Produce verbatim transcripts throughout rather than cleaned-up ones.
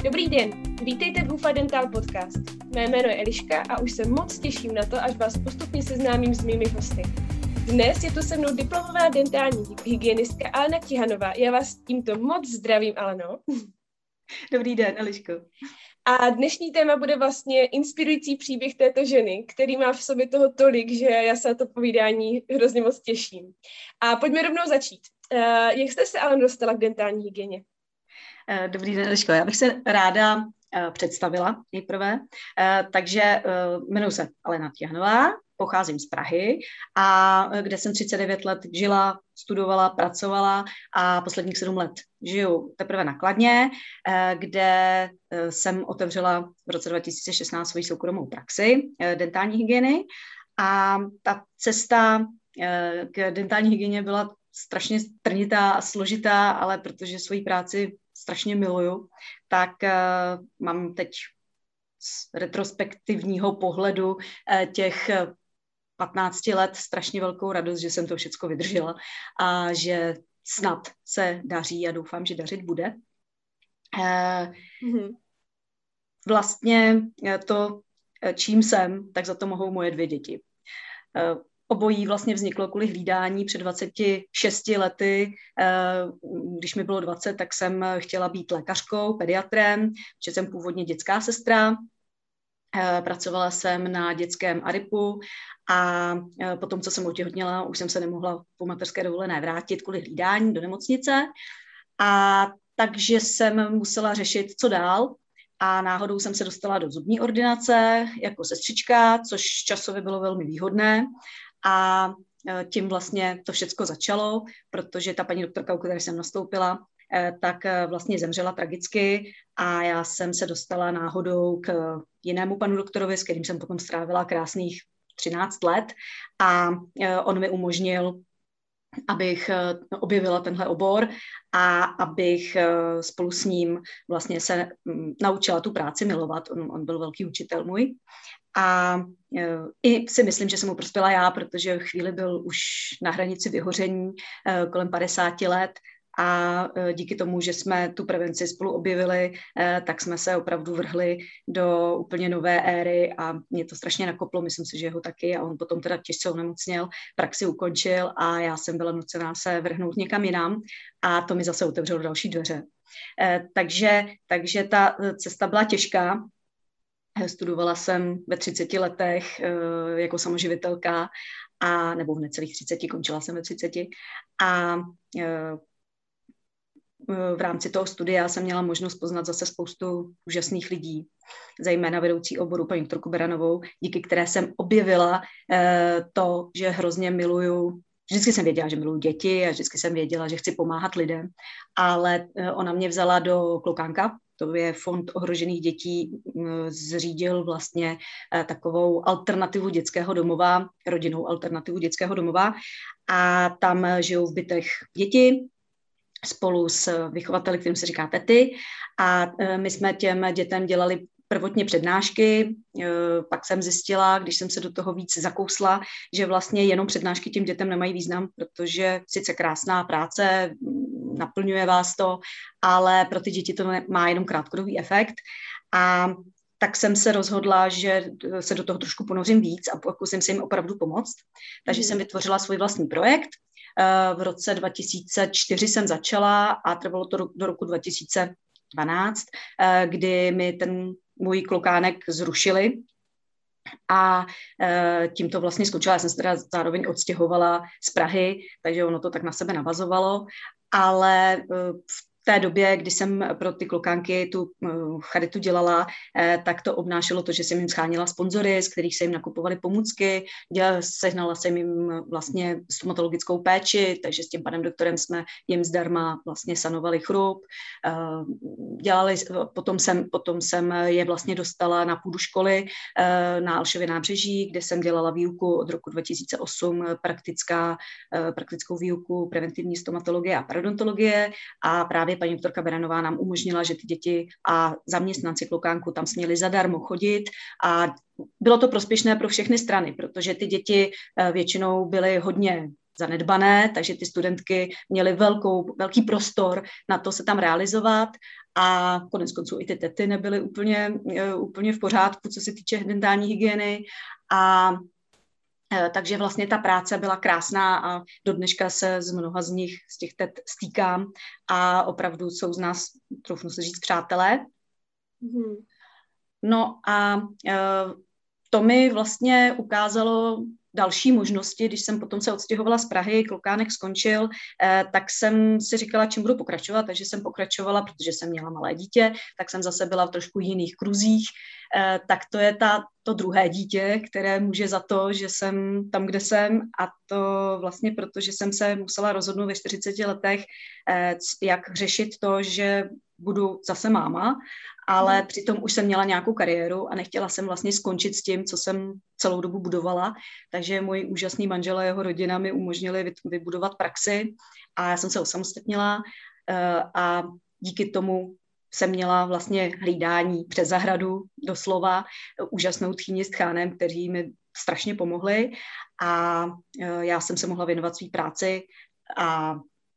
Dobrý den, vítejte v Hufa Dental Podcast. Mé jméno je Eliška a už se moc těším na to, až vás postupně seznámím s mými hosty. Dnes je tu se mnou diplomová dentální hygienistka Alena Tihanová. Já vás tímto moc zdravím, Aleno. Dobrý den, Eliško. A dnešní téma bude vlastně inspirující příběh této ženy, který má v sobě toho tolik, že já se na to povídání hrozně moc těším. A pojďme rovnou začít. Uh, jak jste se, Aleno, dostala k dentální hygieně? Dobrý den, Eliško. Já bych se ráda uh, představila nejprve. Uh, takže uh, jmenuji se Alena Tihanová, pocházím z Prahy, a uh, kde jsem třicet devět let žila, studovala, pracovala a posledních sedm let žiju teprve na Kladně, uh, kde uh, jsem otevřela v roce dva tisíce šestnáct svoji soukromou praxi uh, dentální hygieny. A ta cesta uh, k dentální hygieně byla strašně trnitá a složitá, ale protože svoji práci strašně miluju, tak uh, mám teď z retrospektivního pohledu uh, těch patnáct let strašně velkou radost, že jsem to všecko vydržela a že snad se daří a doufám, že dařit bude. Uh, mm-hmm. Vlastně to, čím jsem, tak za to mohou moje dvě děti. Uh, Obojí vlastně vzniklo kvůli hlídání před dvaceti šesti lety. Když mi bylo dvacet, tak jsem chtěla být lékařkou, pediatrem, protože jsem původně dětská sestra. Pracovala jsem na dětském A R I P u a potom, co jsem otěhotněla, už jsem se nemohla po mateřské dovolené vrátit kvůli hlídání do nemocnice. A takže jsem musela řešit, co dál. A náhodou jsem se dostala do zubní ordinace jako sestřička, což časově bylo velmi výhodné. A tím vlastně to všecko začalo, protože ta paní doktorka, u které jsem nastoupila, tak vlastně zemřela tragicky a já jsem se dostala náhodou k jinému panu doktorovi, s kterým jsem potom strávila krásných třináct let, a on mi umožnil, abych objevila tenhle obor a abych spolu s ním vlastně se naučila tu práci milovat. On, on byl velký učitel můj. A i si myslím, že jsem mu prospěla já, protože v chvíli byl už na hranici vyhoření, kolem padesáti let, a díky tomu, že jsme tu prevenci spolu objevili, tak jsme se opravdu vrhli do úplně nové éry a mě to strašně nakoplo, myslím si, že ho taky, a on potom teda těžce onemocněl, praxi ukončil a já jsem byla nucená se vrhnout někam jinam a to mi zase otevřelo další dveře. Takže, takže ta cesta byla těžká. Studovala jsem ve třiceti letech jako samoživitelka, a, nebo v necelých třiceti, končila jsem ve třiceti, a v rámci toho studia jsem měla možnost poznat zase spoustu úžasných lidí, zejména vedoucí oboru paní doktorku Beranovou, díky které jsem objevila to, že hrozně miluju. Vždycky jsem věděla, že miluji děti a vždycky jsem věděla, že chci pomáhat lidem, ale ona mě vzala do Klokánka, to je fond ohrožených dětí, zřídil vlastně takovou alternativu dětského domova, rodinnou alternativu dětského domova, a tam žijou v bytech děti spolu s vychovateli, kterým se říká tety, a my jsme těm dětem dělali prvotně přednášky, pak jsem zjistila, když jsem se do toho víc zakousla, že vlastně jenom přednášky těm dětem nemají význam, protože sice krásná práce, naplňuje vás to, ale pro ty děti to má jenom krátkodobý efekt. A tak jsem se rozhodla, že se do toho trošku ponořím víc a pokusím se jim opravdu pomoct. Takže mm. jsem vytvořila svůj vlastní projekt. V roce dva tisíce čtyři jsem začala a trvalo to do roku dva tisíce dvanáct, kdy mi ten můj klokánek zrušili a tím to vlastně skončilo. Já jsem se teda zároveň odstěhovala z Prahy, takže ono to tak na sebe navazovalo, ale v té době, kdy jsem pro ty klokánky tu charitu dělala, tak to obnášelo to, že jsem jim schánila sponzory, z kterých se jim nakupovaly pomůcky, dělala, sehnala jsem jim vlastně stomatologickou péči, takže s tím panem doktorem jsme jim zdarma vlastně sanovali chrup. Dělali, potom, jsem, potom jsem je vlastně dostala na půdu školy na Alšově nábřeží, kde jsem dělala výuku od roku dva tisíce osm, praktická, praktickou výuku preventivní stomatologie a parodontologie, a právě paní doktorka Beranová nám umožnila, že ty děti a zaměstnanci klokánku tam směli zadarmo chodit, a bylo to prospěšné pro všechny strany, protože ty děti většinou byly hodně zanedbané, takže ty studentky měly velkou, velký prostor na to se tam realizovat a konec konců i ty tety nebyly úplně, úplně v pořádku, co se týče dentální hygieny a takže vlastně ta práce byla krásná a do dneška se z mnoha z nich, z těch tet stýkám a opravdu jsou z nás, troufnu se říct, přátelé. Mm. No a to mi vlastně ukázalo další možnosti, když jsem potom se odstěhovala z Prahy, Klokánek skončil, eh, tak jsem si říkala, čím budu pokračovat, takže jsem pokračovala, protože jsem měla malé dítě, tak jsem zase byla v trošku jiných kruzích, eh, tak to je ta, to druhé dítě, které může za to, že jsem tam, kde jsem a to vlastně proto, že jsem se musela rozhodnout ve čtyřiceti letech, eh, jak řešit to, že budu zase máma, ale mm. přitom už jsem měla nějakou kariéru a nechtěla jsem vlastně skončit s tím, co jsem celou dobu budovala, takže můj úžasný manžel a jeho rodina mi umožnili vybudovat praxi a já jsem se osamostatnila a díky tomu jsem měla vlastně hlídání přes zahradu, doslova, úžasnou tchýni s tchánem, kteří mi strašně pomohli a já jsem se mohla věnovat své práci a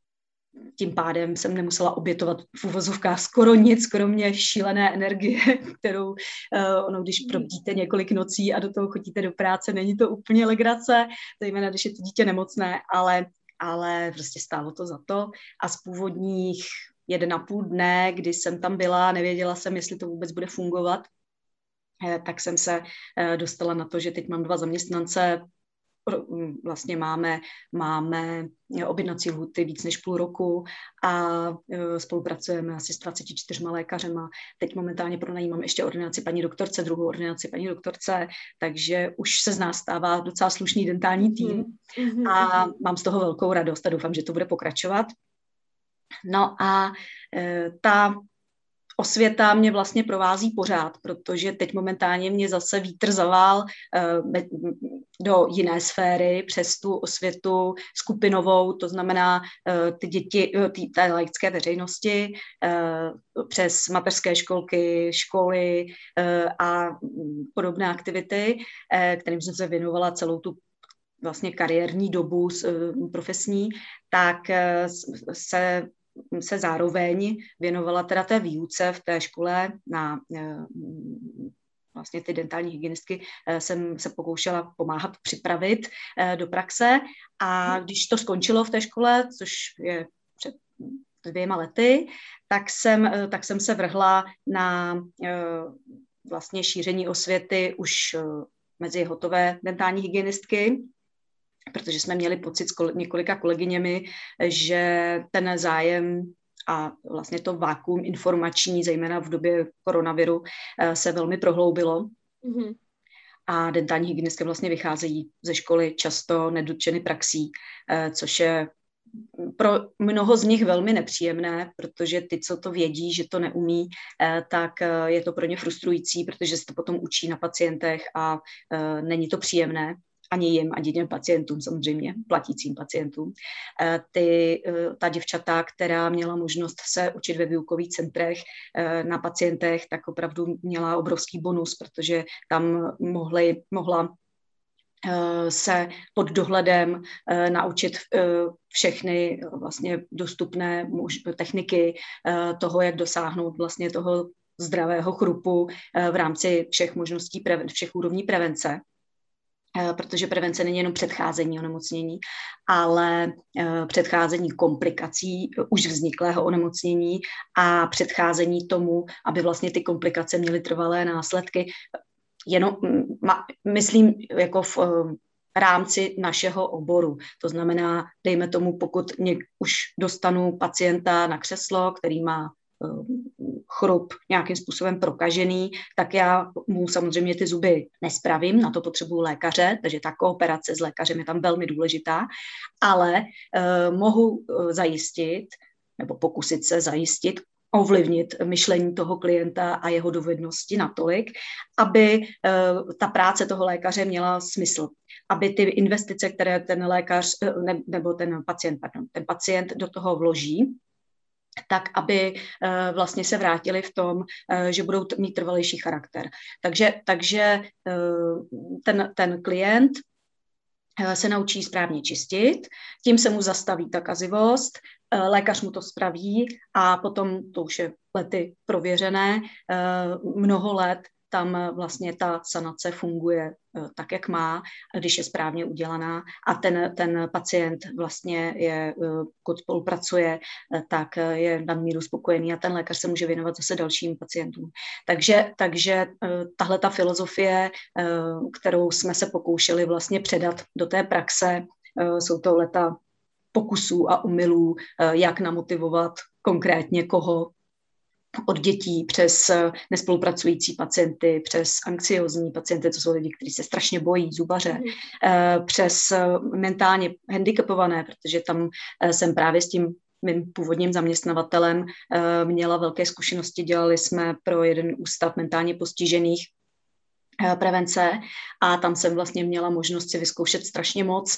tím pádem jsem nemusela obětovat v uvozovkách skoro nic, kromě šílené energie, kterou uh, ono, když probdíte několik nocí a do toho chodíte do práce, není to úplně legrace, zejména když je to dítě nemocné, ale, ale prostě stálo to za to. A z původních jeden a půl dne, kdy jsem tam byla, nevěděla jsem, jestli to vůbec bude fungovat, eh, tak jsem se eh, dostala na to, že teď mám dva zaměstnance, vlastně máme, máme objednací lhůty víc než půl roku a spolupracujeme asi s dvaceti čtyřmi lékařema. Teď momentálně pronajímám ještě ordinaci paní doktorce, druhou ordinaci paní doktorce, takže už se z nás stává docela slušný dentální tým mm-hmm. a mám z toho velkou radost a doufám, že to bude pokračovat. No a e, ta osvěta mě vlastně provází pořád, protože teď momentálně mě zase vítr zavál uh, do jiné sféry přes tu osvětu skupinovou, to znamená uh, ty děti, uh, ty, té laické veřejnosti, uh, přes mateřské školky, školy uh, a podobné aktivity, uh, kterým jsem se věnovala celou tu vlastně kariérní dobu uh, profesní, tak uh, se se zároveň věnovala teda té výuce v té škole na vlastně ty dentální hygienistky jsem se pokoušela pomáhat připravit do praxe a když to skončilo v té škole, což je před dvěma lety, tak jsem, tak jsem se vrhla na vlastně šíření osvěty už mezi hotové dentální hygienistky, protože jsme měli pocit s několika kolegyněmi, že ten zájem a vlastně to vákuum informační, zejména v době koronaviru, se velmi prohloubilo. Mm-hmm. A dentální hygienistky vlastně vycházejí ze školy často nedotčeny praxí, což je pro mnoho z nich velmi nepříjemné, protože ty, co to vědí, že to neumí, tak je to pro ně frustrující, protože se to potom učí na pacientech a není to příjemné. Ani jim, ani těm pacientům, samozřejmě, platícím pacientům. Ty, ta děvčata, která měla možnost se učit ve výukových centrech na pacientech, tak opravdu měla obrovský bonus, protože tam mohly, mohla se pod dohledem naučit všechny vlastně dostupné techniky toho, jak dosáhnout vlastně toho zdravého chrupu v rámci všech možností, všech úrovní prevence. Protože prevence není jenom předcházení onemocnění, ale předcházení komplikací už vzniklého onemocnění a předcházení tomu, aby vlastně ty komplikace měly trvalé následky. Jenom, myslím, jako v rámci našeho oboru. To znamená, dejme tomu, pokud něk, už dostanu pacienta na křeslo, který má chrup nějakým způsobem prokažený, tak já mu samozřejmě ty zuby nespravím, na to potřebuju lékaře, takže ta kooperace s lékařem je tam velmi důležitá, ale uh, mohu uh, zajistit, nebo pokusit se zajistit, ovlivnit myšlení toho klienta a jeho dovednosti natolik, aby uh, ta práce toho lékaře měla smysl, aby ty investice, které ten lékař, ne, nebo ten pacient, pardon, ten pacient do toho vloží, tak aby uh, vlastně se vrátili v tom, uh, že budou t- mít trvalejší charakter. Takže, takže uh, ten, ten klient se naučí správně čistit, tím se mu zastaví ta kazivost, lékař mu to spraví a potom, to už je lety prověřené, mnoho let tam vlastně ta sanace funguje tak, jak má, když je správně udělaná a ten, ten pacient vlastně je, pokud spolupracuje, tak je nadmíru spokojený a ten lékař se může věnovat zase dalším pacientům. Takže, takže tahle ta filozofie, kterou jsme se pokoušeli vlastně předat do té praxe, jsou to leta pokusů a omylů, jak namotivovat konkrétně koho, od dětí přes nespolupracující pacienty, přes anxiozní pacienty, to jsou lidi, kteří se strašně bojí, zubaře, mm. přes mentálně handicapované, protože tam jsem právě s tím mým původním zaměstnavatelem měla velké zkušenosti. Dělali jsme pro jeden ústav mentálně postižených prevence a tam jsem vlastně měla možnost si vyzkoušet strašně moc,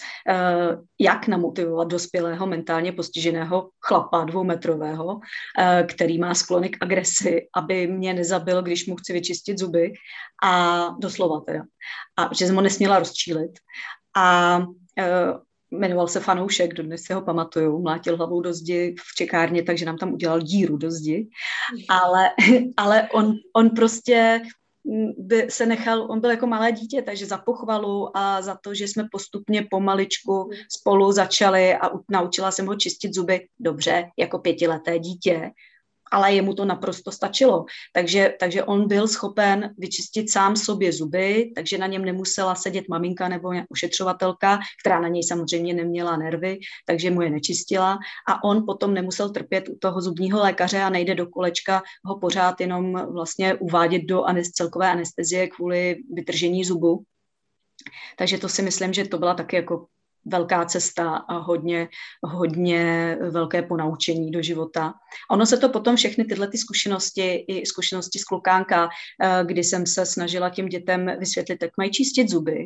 jak namotivovat dospělého mentálně postiženého chlapa dvoumetrového, který má sklony k agresi, aby mě nezabil, když mu chci vyčistit zuby a doslova teda. A že jsem ho nesměla rozčílit. A jmenoval se Fanoušek, dodnes si ho pamatuju, mlátil hlavou do zdi v čekárně, takže nám tam udělal díru do zdi. Ale, ale on, on prostě by se nechal, on byl jako malé dítě, takže za pochvalu a za to, že jsme postupně pomaličku spolu začali a naučila jsem ho čistit zuby dobře, jako pětileté dítě, ale jemu to naprosto stačilo. Takže, takže on byl schopen vyčistit sám sobě zuby, takže na něm nemusela sedět maminka nebo ošetřovatelka, která na něj samozřejmě neměla nervy, takže mu je nečistila a on potom nemusel trpět u toho zubního lékaře a nejde do kolečka ho pořád jenom vlastně uvádět do anest- celkové anestezie kvůli vytržení zubu. Takže to si myslím, že to byla taky jako velká cesta a hodně, hodně velké ponaučení do života. Ono se to potom všechny tyhle ty zkušenosti, i zkušenosti z klukánka, kdy jsem se snažila těm dětem vysvětlit, jak mají čistit zuby.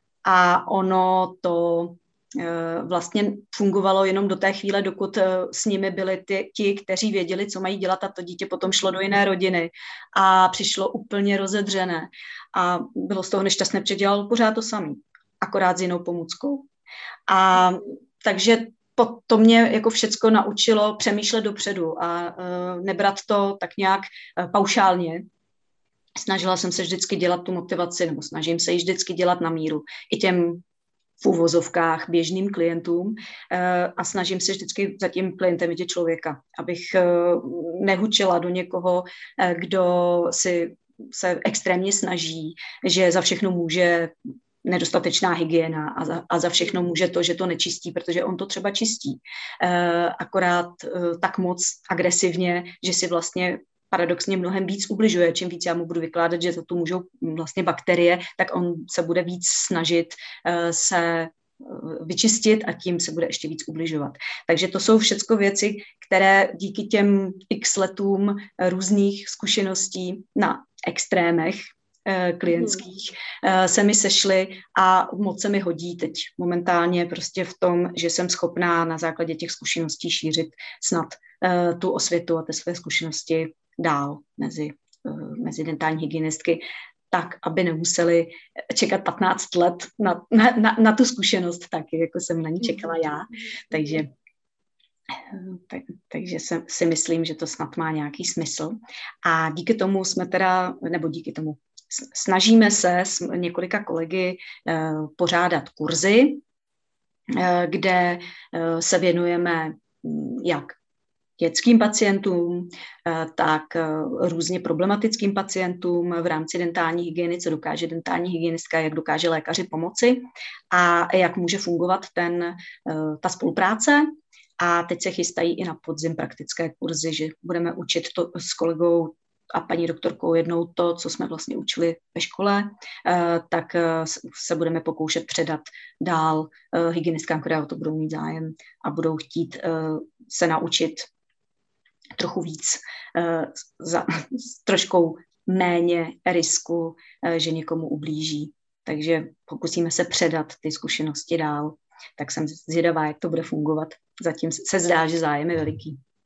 A ono to vlastně fungovalo jenom do té chvíle, dokud s nimi byli ty, ti, kteří věděli, co mají dělat a to dítě potom šlo do jiné rodiny a přišlo úplně rozedřené. A bylo z toho nešťastné, protože dělal pořád to samý, akorát s jinou pomůckou. A takže to mě jako všecko naučilo přemýšlet dopředu a uh, nebrat to tak nějak uh, paušálně. Snažila jsem se vždycky dělat tu motivaci, nebo snažím se ji vždycky dělat na míru i těm v uvozovkách běžným klientům uh, a snažím se vždycky za tím klientem vidět člověka, abych uh, nehučila do někoho, uh, kdo si se extrémně snaží, že za všechno může nedostatečná hygiena a za, a za všechno může to, že to nečistí, protože on to třeba čistí. E, akorát e, tak moc agresivně, že si vlastně paradoxně mnohem víc ubližuje. Čím víc já mu budu vykládat, že za to můžou vlastně bakterie, tak on se bude víc snažit e, se vyčistit a tím se bude ještě víc ubližovat. Takže to jsou všechno věci, které díky těm x letům různých zkušeností na extrémech klientských se mi sešly a moc se mi hodí teď momentálně prostě v tom, že jsem schopná na základě těch zkušeností šířit snad tu osvětu a ty své zkušenosti dál mezi, mezi dentální hygienistky, tak, aby nemuseli čekat patnáct let na, na, na, na tu zkušenost taky, jako jsem na ní čekala já. Takže Tak, takže se, si myslím, že to snad má nějaký smysl. A díky tomu jsme teda, nebo díky tomu snažíme se s několika kolegy eh, pořádat kurzy, eh, kde eh, se věnujeme jak dětským pacientům, eh, tak eh, různě problematickým pacientům v rámci dentální hygieny, co dokáže dentální hygienistka, jak dokáže lékaři pomoci a jak může fungovat ten, eh, ta spolupráce. A teď se chystají i na podzim praktické kurzy, že budeme učit to s kolegou a paní doktorkou jednou to, co jsme vlastně učili ve škole, tak se budeme pokoušet předat dál hygienistkám, které o to budou mít zájem a budou chtít se naučit trochu víc za s troškou méně risku, že někomu ublíží. Takže pokusíme se předat ty zkušenosti dál. Tak jsem zvědavá, jak to bude fungovat. Zatím se zdá, že zájem je veliký.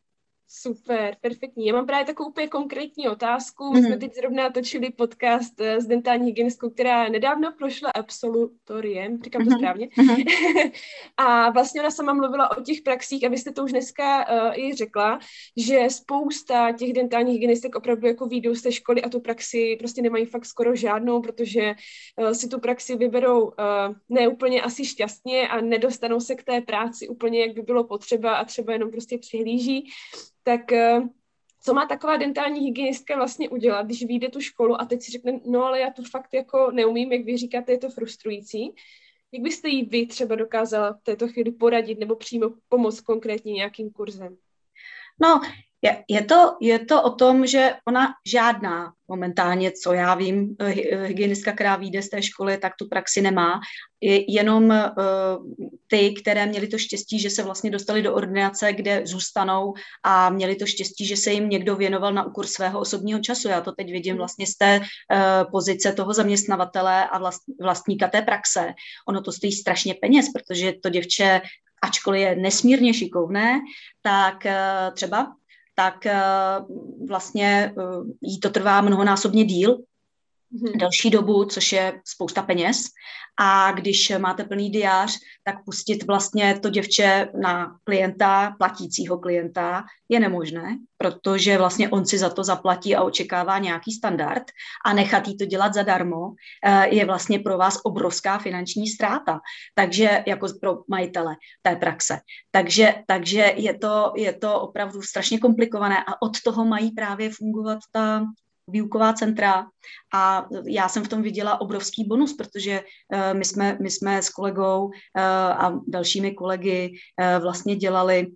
Super, perfektní. Já mám právě takovou úplně konkrétní otázku. My mm. jsme teď zrovna točili podcast s dentální hygienistkou, která nedávno prošla absolutoriem, říkám to správně. Mm. A vlastně ona sama mluvila o těch praxích a vy jste to už dneska uh, i řekla, že spousta těch dentálních hygienistek opravdu jako výjdou z té školy a tu praxi prostě nemají fakt skoro žádnou, protože uh, si tu praxi vyberou uh, neúplně asi šťastně a nedostanou se k té práci úplně, jak by bylo potřeba a třeba jenom prostě přihlíží. Tak co má taková dentální hygienistka vlastně udělat, když vyjde tu školu a teď si řekne, no ale já to fakt jako neumím, jak vy říkáte, je to frustrující. Jak byste jí vy třeba dokázala v této chvíli poradit nebo přímo pomoct konkrétně nějakým kurzem? No, je, je, to, je to o tom, že ona žádná momentálně, co já vím, hygienistka, která vyjde z té školy, tak tu praxi nemá. Je jenom uh, ty, které měly to štěstí, že se vlastně dostali do ordinace, kde zůstanou a měli to štěstí, že se jim někdo věnoval na úkor svého osobního času. Já to teď vidím vlastně z té uh, pozice toho zaměstnavatele a vlast, vlastníka té praxe. Ono to stojí strašně peněz, protože to děvče, ačkoliv je nesmírně šikovné, tak uh, třeba tak vlastně jí to trvá mnohonásobně díl, hmm. delší dobu, což je spousta peněz. A když máte plný diář, tak pustit vlastně to děvče na klienta, platícího klienta, je nemožné, protože vlastně on si za to zaplatí a očekává nějaký standard a nechat jí to dělat zadarmo je vlastně pro vás obrovská finanční ztráta, takže jako pro majitele té praxe. Takže, takže je to, je to opravdu strašně komplikované a od toho mají právě fungovat ta výuková centra a já jsem v tom viděla obrovský bonus, protože uh, my, jsme, my jsme s kolegou uh, a dalšími kolegy uh, vlastně dělali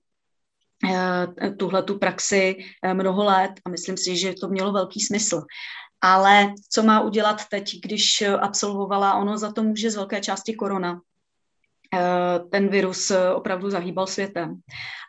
uh, tuhletu praxi uh, mnoho let a myslím si, že to mělo velký smysl. Ale co má udělat teď, když absolvovala, ono za to může z velké části korona. Uh, ten virus opravdu zahýbal světem.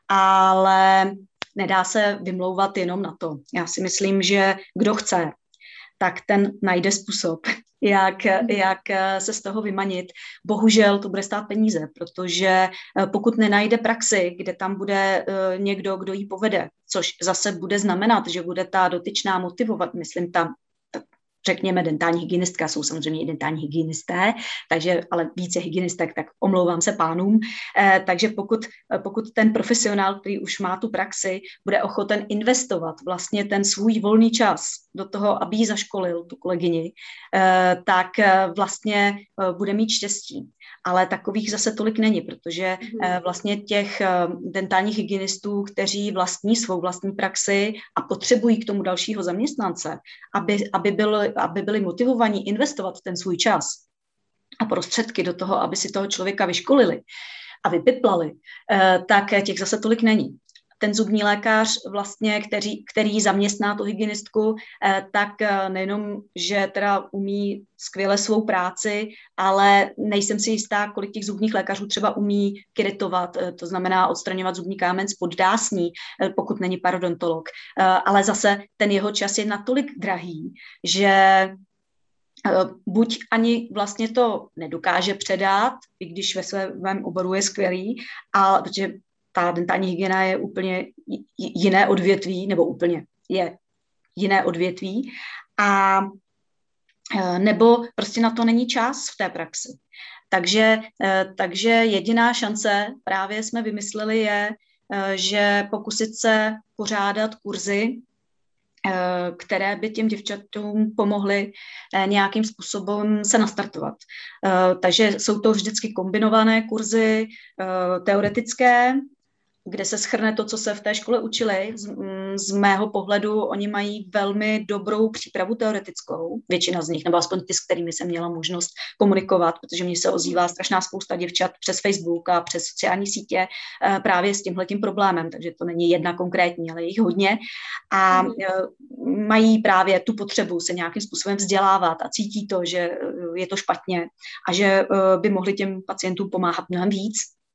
Ale nedá se vymlouvat jenom na to. Já si myslím, že kdo chce, tak ten najde způsob, jak, jak se z toho vymanit. Bohužel to bude stát peníze, protože pokud nenajde praxi, kde tam bude někdo, kdo ji povede, což zase bude znamenat, že bude ta dotyčná motivovat, myslím, ta řekněme dentální hygienistka, jsou samozřejmě i dentální hygienisté, takže ale více hygienistek, tak omlouvám se pánům. Eh, takže pokud, pokud ten profesionál, který už má tu praxi, bude ochoten investovat vlastně ten svůj volný čas do toho, aby ji zaškolil, tu kolegyni, eh, tak eh, vlastně eh, bude mít štěstí. Ale takových zase tolik není, protože eh, vlastně těch eh, dentálních hygienistů, kteří vlastní svou vlastní praxi a potřebují k tomu dalšího zaměstnance, aby, aby, byl, aby byli motivovaní investovat ten svůj čas a prostředky do toho, aby si toho člověka vyškolili a vypiplali, eh, tak těch zase tolik není. Ten zubní lékař, vlastně, který, který zaměstná tu hygienistku, eh, tak nejenom, že teda umí skvěle svou práci, ale nejsem si jistá, kolik těch zubních lékařů třeba umí kiretovat, eh, to znamená odstraňovat zubní kámen z poddásní, eh, pokud není parodontolog. Eh, ale zase ten jeho čas je natolik drahý, že buď ani vlastně to nedokáže předat, i když ve svém oboru je skvělý, ale protože ta dentální hygiena je úplně jiné odvětví, nebo úplně je jiné odvětví, a nebo prostě na to není čas v té praxi. Takže, takže jediná šance, právě jsme vymysleli, je, že pokusit se pořádat kurzy, které by těm děvčatům pomohly nějakým způsobem se nastartovat. Takže jsou to vždycky kombinované kurzy teoretické, kde se shrne to, co se v té škole učili. Z, z mého pohledu oni mají velmi dobrou přípravu teoretickou, většina z nich, nebo aspoň ty, s kterými jsem měla možnost komunikovat, protože mě se ozývá strašná spousta děvčat přes Facebook a přes sociální sítě právě s tímhletím problémem, takže to není jedna konkrétní, ale je jich hodně a mají právě tu potřebu se nějakým způsobem vzdělávat a cítí to, že je to špatně a že by mohli těm pacientům pomáhat mnohem víc.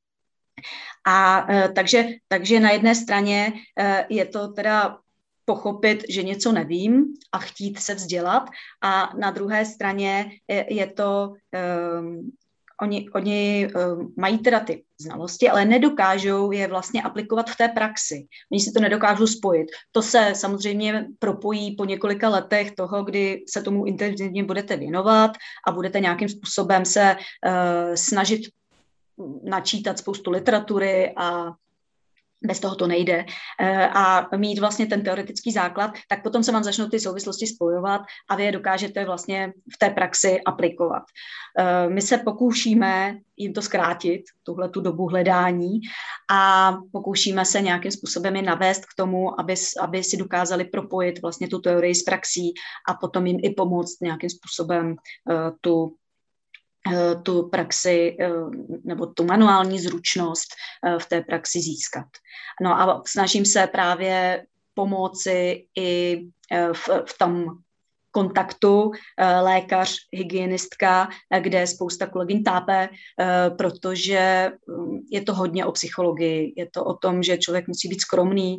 A takže, takže na jedné straně je to teda pochopit, že něco nevím a chtít se vzdělat, a na druhé straně je, je to um, oni, oni uh, mají teda ty znalosti, ale nedokážou je vlastně aplikovat v té praxi. Oni si to nedokážou spojit. To se samozřejmě propojí po několika letech toho, kdy se tomu intenzivně budete věnovat a budete nějakým způsobem se uh, snažit načítat spoustu literatury a bez toho to nejde, a mít vlastně ten teoretický základ, tak potom se vám začnou ty souvislosti spojovat a vy je dokážete vlastně v té praxi aplikovat. My se pokoušíme jim to zkrátit, tuhle tu dobu hledání, a pokoušíme se nějakým způsobem je navést k tomu, aby, aby si dokázali propojit vlastně tu teorii s praxí a potom jim i pomoct nějakým způsobem tu tu praxi nebo tu manuální zručnost v té praxi získat. No a snažím se právě pomoci i v, v tom kontaktu lékař, hygienistka, kde spousta kolegyň tápe, protože je to hodně o psychologii, je to o tom, že člověk musí být skromný,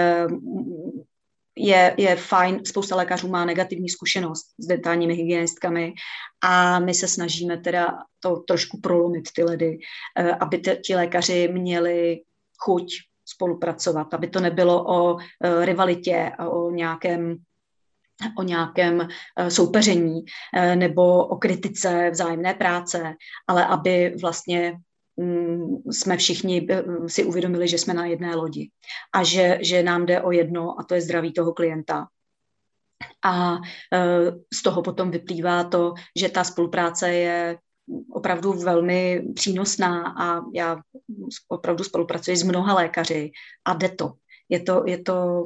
Je, je fajn, spousta lékařů má negativní zkušenost s dentálními hygienistkami a my se snažíme teda to trošku prolomit ty ledy, aby t- ti lékaři měli chuť spolupracovat, aby to nebylo o rivalitě a o nějakém, o nějakém soupeření nebo o kritice vzájemné práce, ale aby vlastně jsme všichni si uvědomili, že jsme na jedné lodi a že, že nám jde o jedno, a to je zdraví toho klienta. A z toho potom vyplývá to, že ta spolupráce je opravdu velmi přínosná a já opravdu spolupracuji s mnoha lékaři a jde to. Je to, je to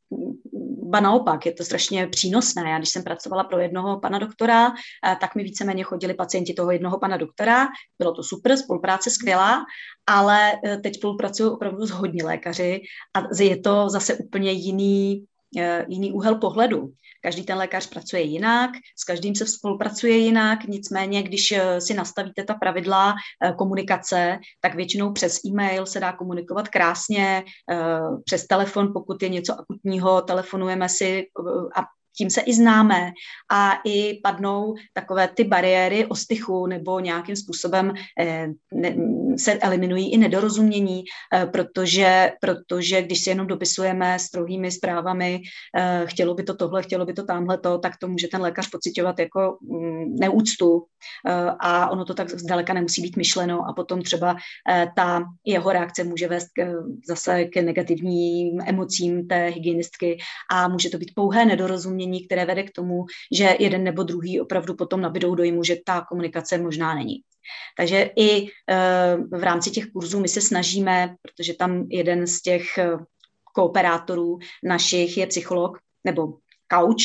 ba naopak, je to strašně přínosné. Já když jsem pracovala pro jednoho pana doktora, tak mi víceméně chodili pacienti toho jednoho pana doktora. Bylo to super, spolupráce skvělá, ale teď spolupracuju opravdu s hodně lékaři a je to zase úplně jiný, jiný úhel pohledu. Každý ten lékař pracuje jinak, s každým se spolupracuje jinak, nicméně, když si nastavíte ta pravidla komunikace, tak většinou přes e-mail se dá komunikovat krásně, přes telefon, pokud je něco akutního, telefonujeme si a tím se i známe a i padnou takové ty bariéry ostychu nebo nějakým způsobem eh, ne, se eliminují i nedorozumění, eh, protože, protože když si jenom dopisujeme s dlouhými zprávami, eh, chtělo by to tohle, chtělo by to tamhleto, tak to může ten lékař pociťovat jako mm, neúctu eh, a ono to tak zdaleka nemusí být myšleno a potom třeba eh, ta jeho reakce může vést k, zase k negativním emocím té hygienistky a může to být pouhé nedorozumění, které vede k tomu, že jeden nebo druhý opravdu potom nabydou dojmu, že ta komunikace možná není. Takže i e, v rámci těch kurzů my se snažíme, protože tam jeden z těch e, kooperátorů našich je psycholog nebo kauč,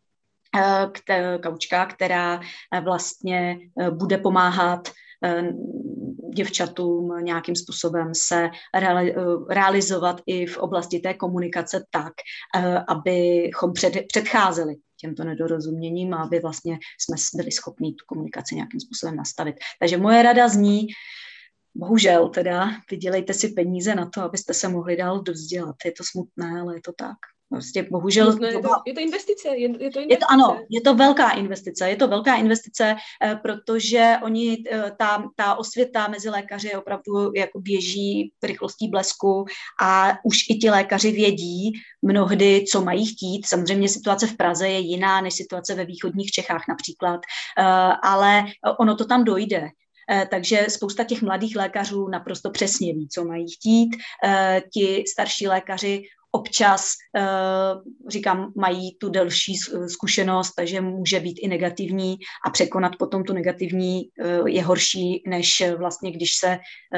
e, kaučka, která vlastně e, bude pomáhat e, děvčatům nějakým způsobem se reali- realizovat i v oblasti té komunikace tak, abychom před, předcházeli těmto nedorozuměním a aby vlastně jsme byli schopni tu komunikaci nějakým způsobem nastavit. Takže moje rada zní, bohužel teda, vydělejte si peníze na to, abyste se mohli dál dovzdělat. Je to smutné, ale je to tak. Prostě bohužel... No, je, to, je to investice. Je, je to investice. Je to, ano, je to velká investice. Je to velká investice, protože oni, ta, ta osvěta mezi lékaři opravdu jako běží rychlostí blesku a už i ti lékaři vědí mnohdy, co mají chtít. Samozřejmě situace v Praze je jiná než situace ve východních Čechách například, ale ono to tam dojde. Takže spousta těch mladých lékařů naprosto přesně ví, co mají chtít. Ti starší lékaři občas, říkám, mají tu delší zkušenost, takže může být i negativní a překonat potom tu negativní je horší, než vlastně, když se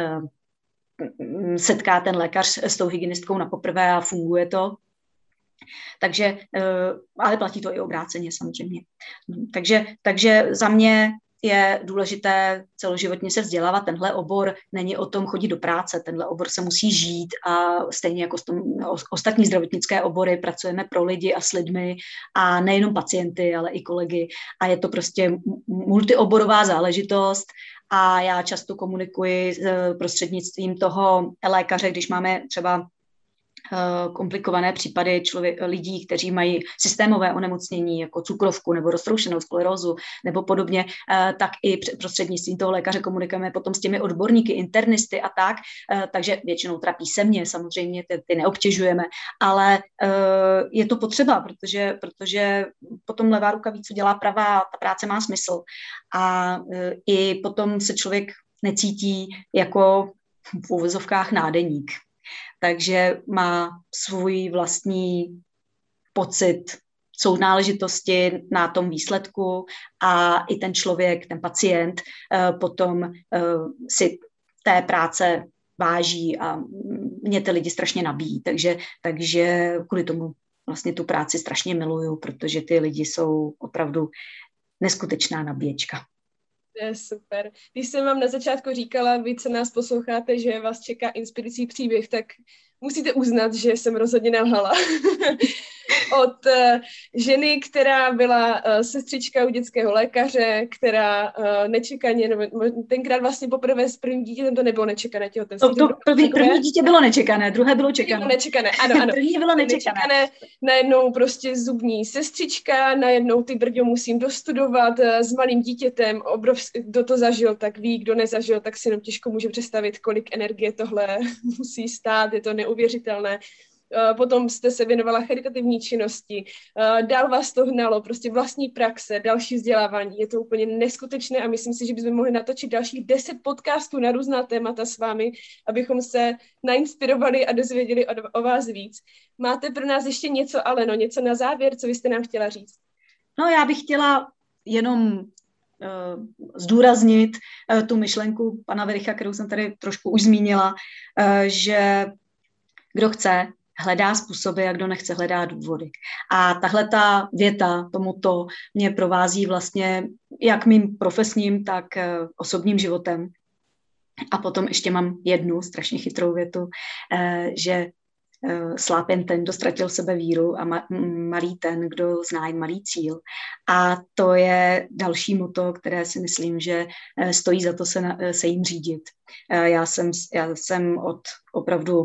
setká ten lékař s tou hygienistkou na poprvé a funguje to. Takže, ale platí to i obráceně samozřejmě. Takže, takže za mě je důležité celoživotně se vzdělávat. Tenhle obor není o tom chodit do práce, tenhle obor se musí žít a stejně jako ostatní zdravotnické obory pracujeme pro lidi a s lidmi a nejenom pacienty, ale i kolegy a je to prostě multioborová záležitost a já často komunikuji prostřednictvím toho lékaře, když máme třeba komplikované případy člověk, lidí, kteří mají systémové onemocnění, jako cukrovku nebo roztroušenou sklerózu nebo podobně, tak i prostřednictvím toho lékaře komunikujeme potom s těmi odborníky, internisty a tak, takže většinou teda písemně, samozřejmě ty, ty neobtěžujeme, ale je to potřeba, protože, protože potom levá ruka ví, co dělá pravá, ta práce má smysl a i potom se člověk necítí jako v uvozovkách nádeník. Takže má svůj vlastní pocit sounáležitosti na tom výsledku a i ten člověk, ten pacient potom si té práce váží a mě ty lidi strašně nabíjí. Takže, takže kvůli tomu vlastně tu práci strašně miluju, protože ty lidi jsou opravdu neskutečná nabíječka. Je super. Když jsem vám na začátku říkala, vy, co nás posloucháte, že vás čeká inspirující příběh, tak musíte uznat, že jsem rozhodně nelhala. Od uh, ženy, která byla uh, sestřička u dětského lékaře, která uh, nečekaně, nebo tenkrát vlastně poprvé s prvním dítětem to nebylo nečekané těhotenství. To, to první, první dítě bylo nečekané, druhé bylo čekané. Bylo nečekané, ano, ano. První bylo nečekané. nečekané. Najednou prostě zubní sestřička, najednou ty brďo musím dostudovat uh, s malým dítětem, obrovský, kdo to zažil, tak ví, kdo nezažil, tak si jenom těžko může představit, kolik energie tohle musí stát, je to neuvěřitelné. Potom jste se věnovala charitativní činnosti, dál vás to hnalo, prostě vlastní praxe, další vzdělávání, je to úplně neskutečné a myslím si, že bychom mohli natočit dalších deset podcastů na různá témata s vámi, abychom se nainspirovali a dozvěděli o, o vás víc. Máte pro nás ještě něco, Aleno, něco na závěr, co byste nám chtěla říct? No, já bych chtěla jenom uh, zdůraznit uh, tu myšlenku pana Wericha, kterou jsem tady trošku už zmínila, uh, že kdo chce, hledá způsoby a kdo nechce, hledá důvody. A tahle ta věta tomuto mě provází vlastně jak mým profesním, tak osobním životem. A potom ještě mám jednu strašně chytrou větu, že slápen ten, kdo ztratil sebevíru a ma- malý ten, kdo zná jen malý cíl. A to je další motto, které si myslím, že stojí za to se, na, se jim řídit. Já jsem, já jsem od opravdu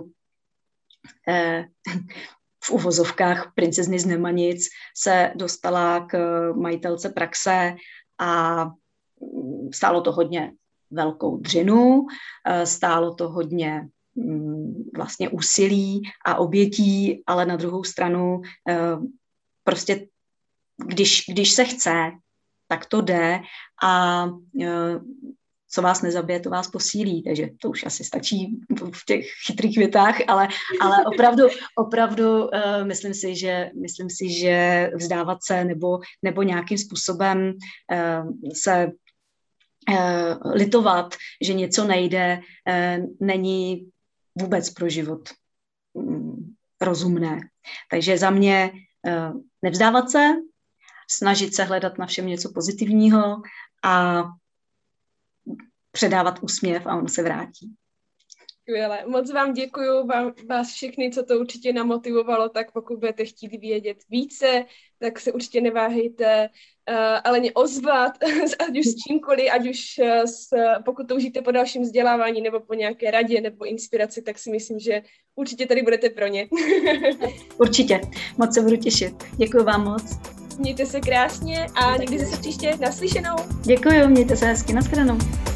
v uvozovkách princezny z Nemanic se dostala k majitelce praxe a stálo to hodně velkou dřinu, stálo to hodně vlastně úsilí a obětí, ale na druhou stranu prostě když, když se chce, tak to jde a co vás nezabije, to vás posílí, takže to už asi stačí v těch chytrých větách, ale, ale opravdu, opravdu uh, myslím si, že, myslím si, že vzdávat se nebo, nebo nějakým způsobem uh, se uh, litovat, že něco nejde, uh, není vůbec pro život um, rozumné. Takže za mě uh, nevzdávat se, snažit se hledat na všem něco pozitivního a předávat úsměv a on se vrátí. Skvěle. Moc vám děkuju, vám, vás všechny, co to určitě namotivovalo, tak pokud budete chtít vědět více, tak se určitě neváhejte uh, ale mě ozvat, ať už s čímkoliv, ať už uh, s, pokud toužíte po dalším vzdělávání nebo po nějaké radě nebo inspiraci, tak si myslím, že určitě tady budete pro ně. Určitě. Moc se budu těšit. Děkuju vám moc. Mějte se krásně a někdy zase příště naslyšenou. Děkuju, mějte se hezky, nashledanou.